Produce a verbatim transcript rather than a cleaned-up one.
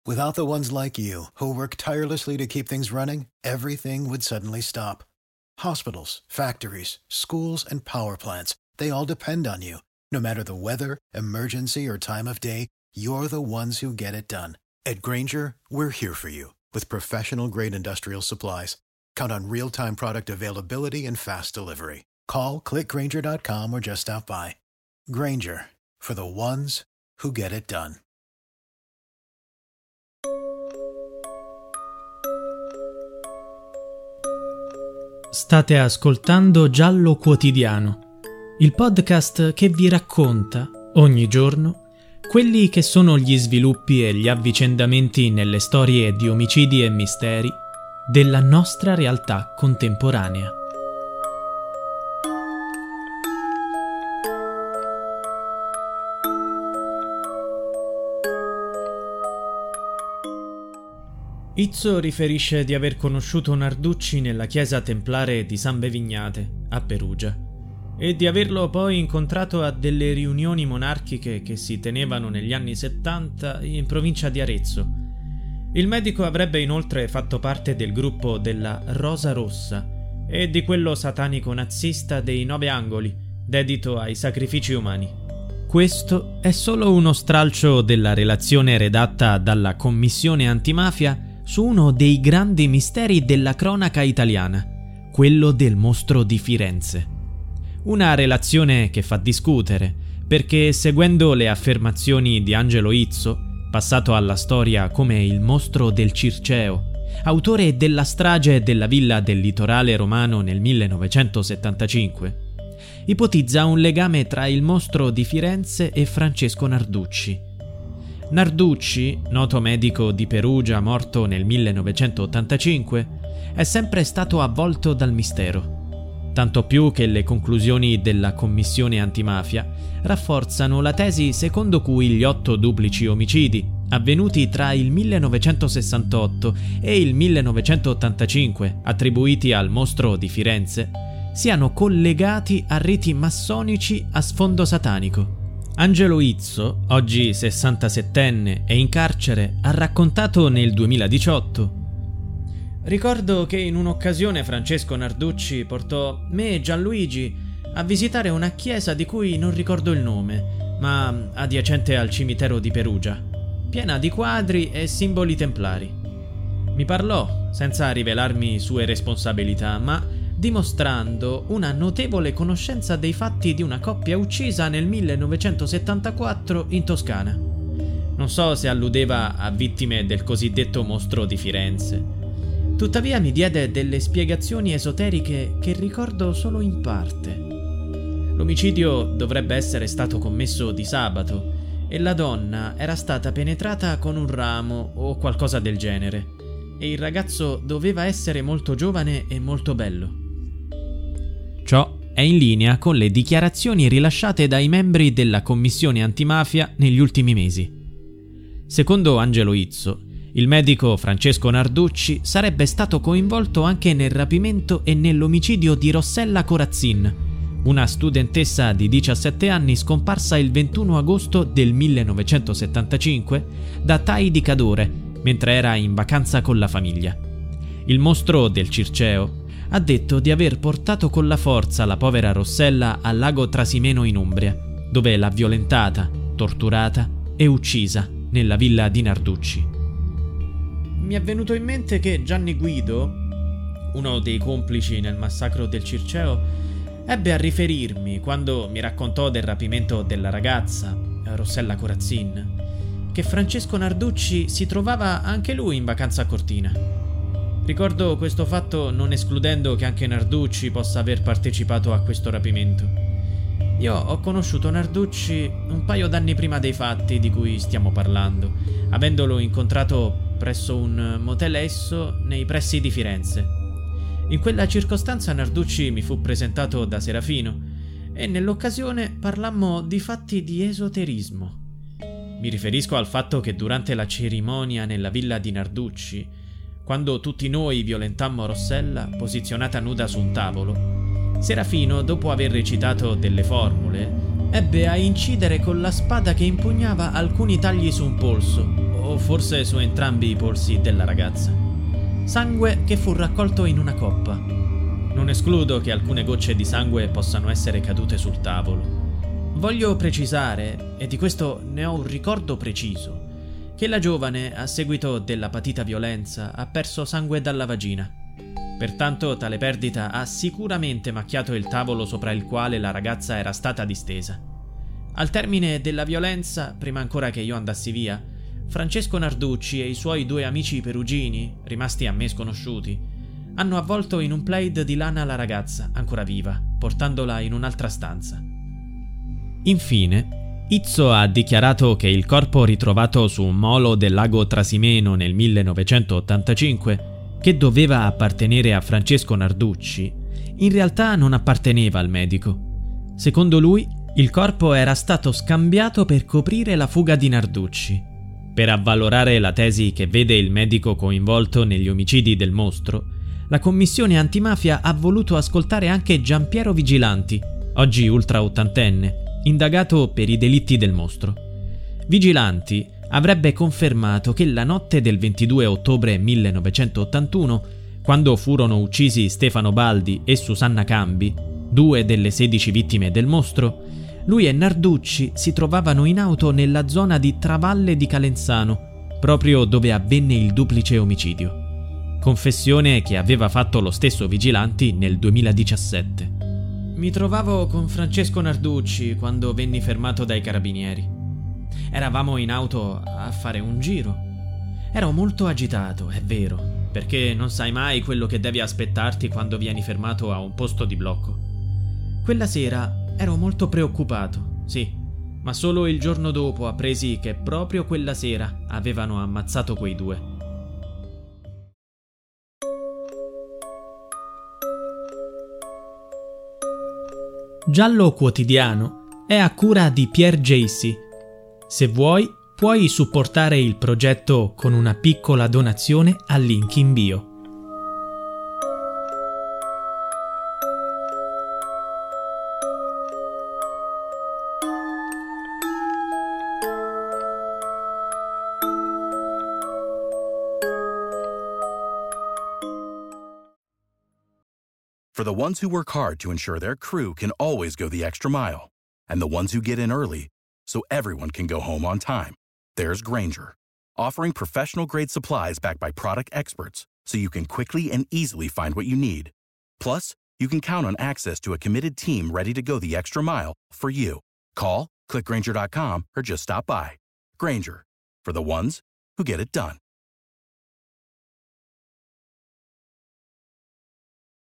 Without the ones like you, who work tirelessly to keep things running, everything would suddenly stop. Hospitals, factories, schools, and power plants, they all depend on you. No matter the weather, emergency, or time of day, you're the ones who get it done. At Grainger, we're here for you with professional-grade industrial supplies. Count on real-time product availability and fast delivery. Call, click grainger dot com or just stop by. Grainger, for the ones who get it done. State ascoltando Giallo Quotidiano, il podcast che vi racconta, ogni giorno, quelli che sono gli sviluppi e gli avvicendamenti nelle storie di omicidi e misteri della nostra realtà contemporanea. Izzo riferisce di aver conosciuto Narducci nella chiesa templare di San Bevignate, a Perugia, e di averlo poi incontrato a delle riunioni monarchiche che si tenevano negli anni settanta in provincia di Arezzo. Il medico avrebbe inoltre fatto parte del gruppo della Rosa Rossa e di quello satanico nazista dei Nove Angoli, dedito ai sacrifici umani. Questo è solo uno stralcio della relazione redatta dalla Commissione Antimafia su uno dei grandi misteri della cronaca italiana, quello del mostro di Firenze. Una relazione che fa discutere, perché seguendo le affermazioni di Angelo Izzo, passato alla storia come il mostro del Circeo, autore della strage della villa del litorale romano nel millenovecentosettantacinque, ipotizza un legame tra il mostro di Firenze e Francesco Narducci. Narducci, noto medico di Perugia morto nel millenovecentottantacinque, è sempre stato avvolto dal mistero, tanto più che le conclusioni della Commissione Antimafia rafforzano la tesi secondo cui gli otto duplici omicidi avvenuti tra il millenovecentosessantotto e il millenovecentottantacinque, attribuiti al mostro di Firenze, siano collegati a riti massonici a sfondo satanico. Angelo Izzo, oggi sessantasettenne e in carcere, ha raccontato nel duemiladiciotto: «Ricordo che in un'occasione Francesco Narducci portò me e Gianluigi a visitare una chiesa di cui non ricordo il nome, ma adiacente al cimitero di Perugia, piena di quadri e simboli templari. Mi parlò, senza rivelarmi sue responsabilità, ma dimostrando una notevole conoscenza dei fatti di una coppia uccisa nel millenovecentosettantaquattro in Toscana. Non so se alludeva a vittime del cosiddetto mostro di Firenze. Tuttavia mi diede delle spiegazioni esoteriche che ricordo solo in parte. L'omicidio dovrebbe essere stato commesso di sabato e la donna era stata penetrata con un ramo o qualcosa del genere, e il ragazzo doveva essere molto giovane e molto bello. Ciò è in linea con le dichiarazioni rilasciate dai membri della Commissione Antimafia negli ultimi mesi. Secondo Angelo Izzo, il medico Francesco Narducci sarebbe stato coinvolto anche nel rapimento e nell'omicidio di Rossella Corazzin, una studentessa di diciassette anni scomparsa il ventuno agosto del millenovecentosettantacinque da Tai di Cadore, mentre era in vacanza con la famiglia. Il mostro del Circeo ha detto di aver portato con la forza la povera Rossella al lago Trasimeno in Umbria, dove l'ha violentata, torturata e uccisa nella villa di Narducci. Mi è venuto in mente che Gianni Guido, uno dei complici nel massacro del Circeo, ebbe a riferirmi, quando mi raccontò del rapimento della ragazza, Rossella Corazzin, che Francesco Narducci si trovava anche lui in vacanza a Cortina. Ricordo questo fatto non escludendo che anche Narducci possa aver partecipato a questo rapimento. Io ho conosciuto Narducci un paio d'anni prima dei fatti di cui stiamo parlando, avendolo incontrato presso un motel Esso nei pressi di Firenze. In quella circostanza Narducci mi fu presentato da Serafino e nell'occasione parlammo di fatti di esoterismo. Mi riferisco al fatto che durante la cerimonia nella villa di Narducci, quando tutti noi violentammo Rossella posizionata nuda su un tavolo, Serafino, dopo aver recitato delle formule, ebbe a incidere con la spada che impugnava alcuni tagli su un polso, o forse su entrambi i polsi della ragazza. Sangue che fu raccolto in una coppa. Non escludo che alcune gocce di sangue possano essere cadute sul tavolo. Voglio precisare, e di questo ne ho un ricordo preciso, che la giovane, a seguito della patita violenza, ha perso sangue dalla vagina. Pertanto tale perdita ha sicuramente macchiato il tavolo sopra il quale la ragazza era stata distesa. Al termine della violenza, prima ancora che io andassi via, Francesco Narducci e i suoi due amici perugini, rimasti a me sconosciuti, hanno avvolto in un plaid di lana la ragazza, ancora viva, portandola in un'altra stanza. Infine, Izzo ha dichiarato che il corpo ritrovato su un molo del lago Trasimeno nel millenovecentottantacinque, che doveva appartenere a Francesco Narducci, in realtà non apparteneva al medico. Secondo lui, il corpo era stato scambiato per coprire la fuga di Narducci. Per avvalorare la tesi che vede il medico coinvolto negli omicidi del mostro, la commissione antimafia ha voluto ascoltare anche Giampiero Vigilanti, oggi ultra ottantenne, indagato per i delitti del mostro. Vigilanti avrebbe confermato che la notte del ventidue ottobre millenovecentottantuno, quando furono uccisi Stefano Baldi e Susanna Cambi, due delle sedici vittime del mostro, lui e Narducci si trovavano in auto nella zona di Travalle di Calenzano, proprio dove avvenne il duplice omicidio. Confessione che aveva fatto lo stesso Vigilanti nel duemiladiciassette. Mi trovavo con Francesco Narducci quando venni fermato dai carabinieri. Eravamo in auto a fare un giro. Ero molto agitato, è vero, perché non sai mai quello che devi aspettarti quando vieni fermato a un posto di blocco. Quella sera ero molto preoccupato, sì, ma solo il giorno dopo appresi che proprio quella sera avevano ammazzato quei due. Giallo Quotidiano è a cura di Pierre Jacy. Se vuoi, puoi supportare il progetto con una piccola donazione al link in bio. For the ones who work hard to ensure their crew can always go the extra mile, and the ones who get in early so everyone can go home on time, there's Grainger, offering professional-grade supplies backed by product experts so you can quickly and easily find what you need. Plus, you can count on access to a committed team ready to go the extra mile for you. Call, click Grainger dot com, or just stop by. Grainger, for the ones who get it done.